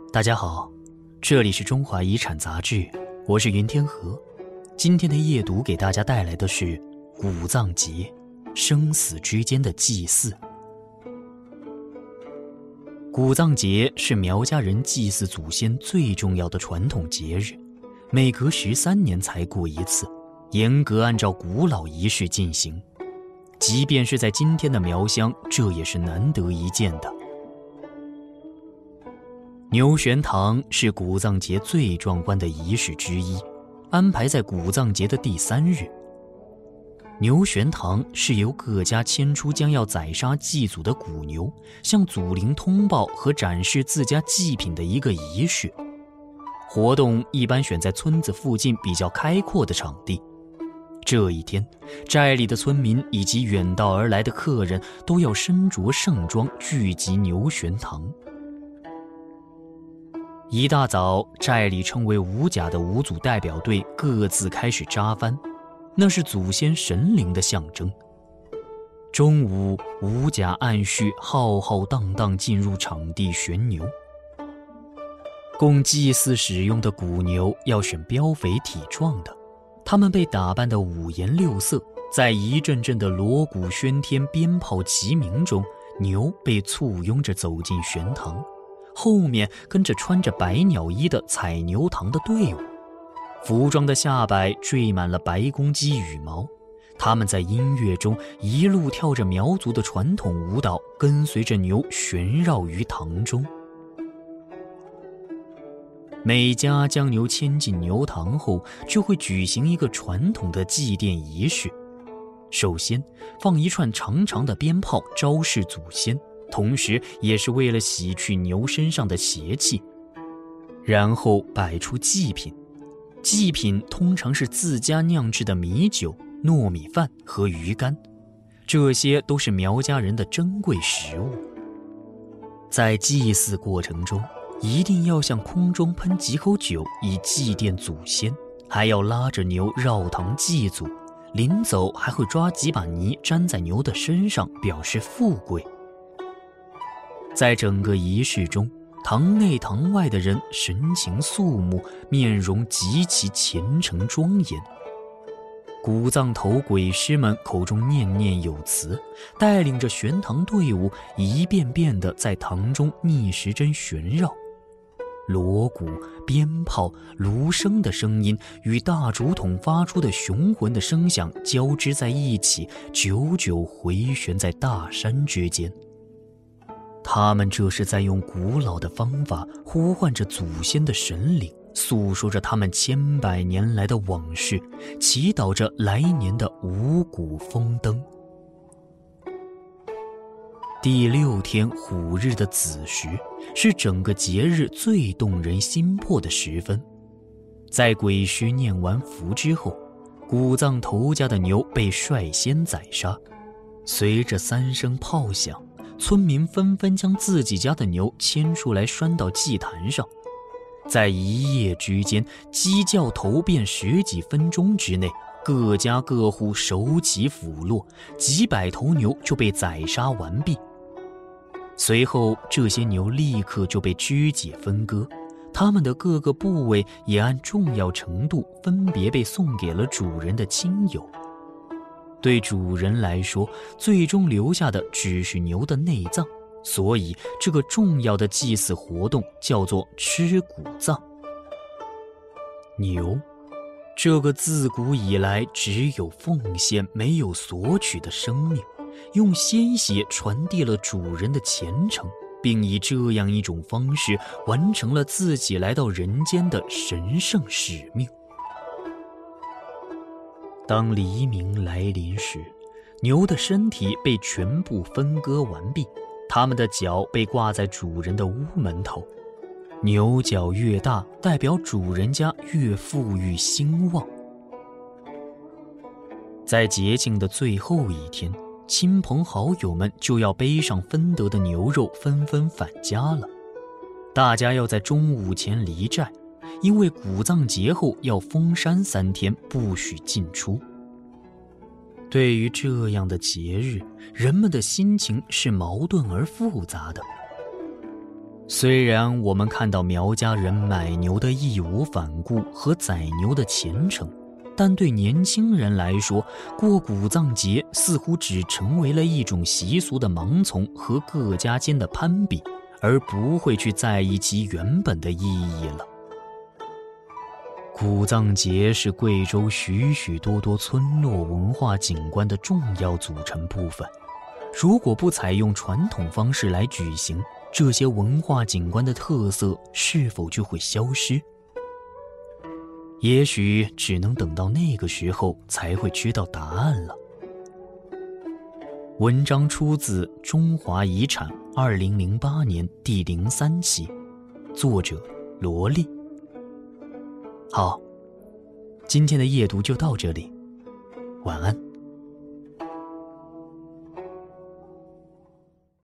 大家好，这里是中华遗产杂志，我是云天河。今天的夜读给大家带来的是古藏节，生死之间的祭祀。古藏节是苗家人祭祀祖先最重要的传统节日，每隔13年才过一次，严格按照古老仪式进行。即便是在今天的苗乡，这也是难得一见的。牛悬堂是古藏节最壮观的仪式之一，安排在古藏节的第3日。牛悬堂是由各家牵出将要宰杀祭祖的古牛，向祖灵通报和展示自家祭品的一个仪式。活动一般选在村子附近比较开阔的场地。这一天，寨里的村民以及远道而来的客人都要身着盛装聚集牛悬堂。一大早，寨里称为吴甲的5组代表队各自开始扎幡，那是祖先神灵的象征。中午，吴甲按序浩浩荡荡进入场地悬牛。供祭祀使用的古牛要选膘肥体壮的，他们被打扮得五颜六色，在一阵阵的锣鼓喧天、鞭炮齐鸣中，牛被簇拥着走进悬堂。后面跟着穿着白鸟衣的采牛堂的队伍，服装的下摆缀满了白公鸡羽毛，他们在音乐中一路跳着苗族的传统舞蹈，跟随着牛旋绕于堂中。每家将牛牵进牛堂后，就会举行一个传统的祭奠仪式。首先放一串长长的鞭炮招示祖先，同时也是为了洗去牛身上的邪气。然后摆出祭品，祭品通常是自家酿制的米酒、糯米饭和鱼干，这些都是苗家人的珍贵食物。在祭祀过程中，一定要向空中喷几口酒以祭奠祖先，还要拉着牛绕堂祭祖，临走还会抓几把泥粘在牛的身上，表示富贵。在整个仪式中，堂内堂外的人神情肃穆，面容极其虔诚庄严。古藏头鬼师们口中念念有词，带领着悬堂队伍一遍遍地在堂中逆时针旋绕。锣鼓、鞭炮、芦笙的声音与大竹筒发出的雄浑的声响交织在一起，久久回旋在大山之间。他们这是在用古老的方法呼唤着祖先的神灵，诉说着他们千百年来的往事，祈祷着来年的五谷丰登。第6天虎日的子时，是整个节日最动人心魄的时分。在鬼师念完符之后，古藏头家的牛被率先宰杀。随着3声炮响，村民纷纷将自己家的牛牵出来拴到祭坛上。在一夜之间，鸡叫头遍10几分钟之内，各家各户手起斧落，几百头牛就被宰杀完毕。随后，这些牛立刻就被肢解分割，它们的各个部位也按重要程度分别被送给了主人的亲友。对主人来说，最终留下的只是牛的内脏，所以这个重要的祭祀活动叫做吃骨葬。牛，这个自古以来只有奉献没有索取的生命，用鲜血传递了主人的虔诚，并以这样一种方式完成了自己来到人间的神圣使命。当黎明来临时，牛的身体被全部分割完毕，它们的脚被挂在主人的屋门头。牛角越大，代表主人家越富裕兴旺。在节庆的最后一天，亲朋好友们就要背上分得的牛肉，纷纷返家了。大家要在中午前离寨，因为古藏节后要封山3天，不许进出。对于这样的节日，人们的心情是矛盾而复杂的。 虽然我们看到苗家人买牛的义无反顾和宰牛的虔诚，但对年轻人来说，过古藏节似乎只成为了一种习俗的盲从和各家间的攀比，而不会去在意其原本的意义了。古藏节是贵州许许多多村落文化景观的重要组成部分，如果不采用传统方式来举行，这些文化景观的特色是否就会消失？也许只能等到那个时候才会知道答案了。文章出自《中华遗产》2008年第03期，作者罗莉。好，今天的夜读就到这里，晚安。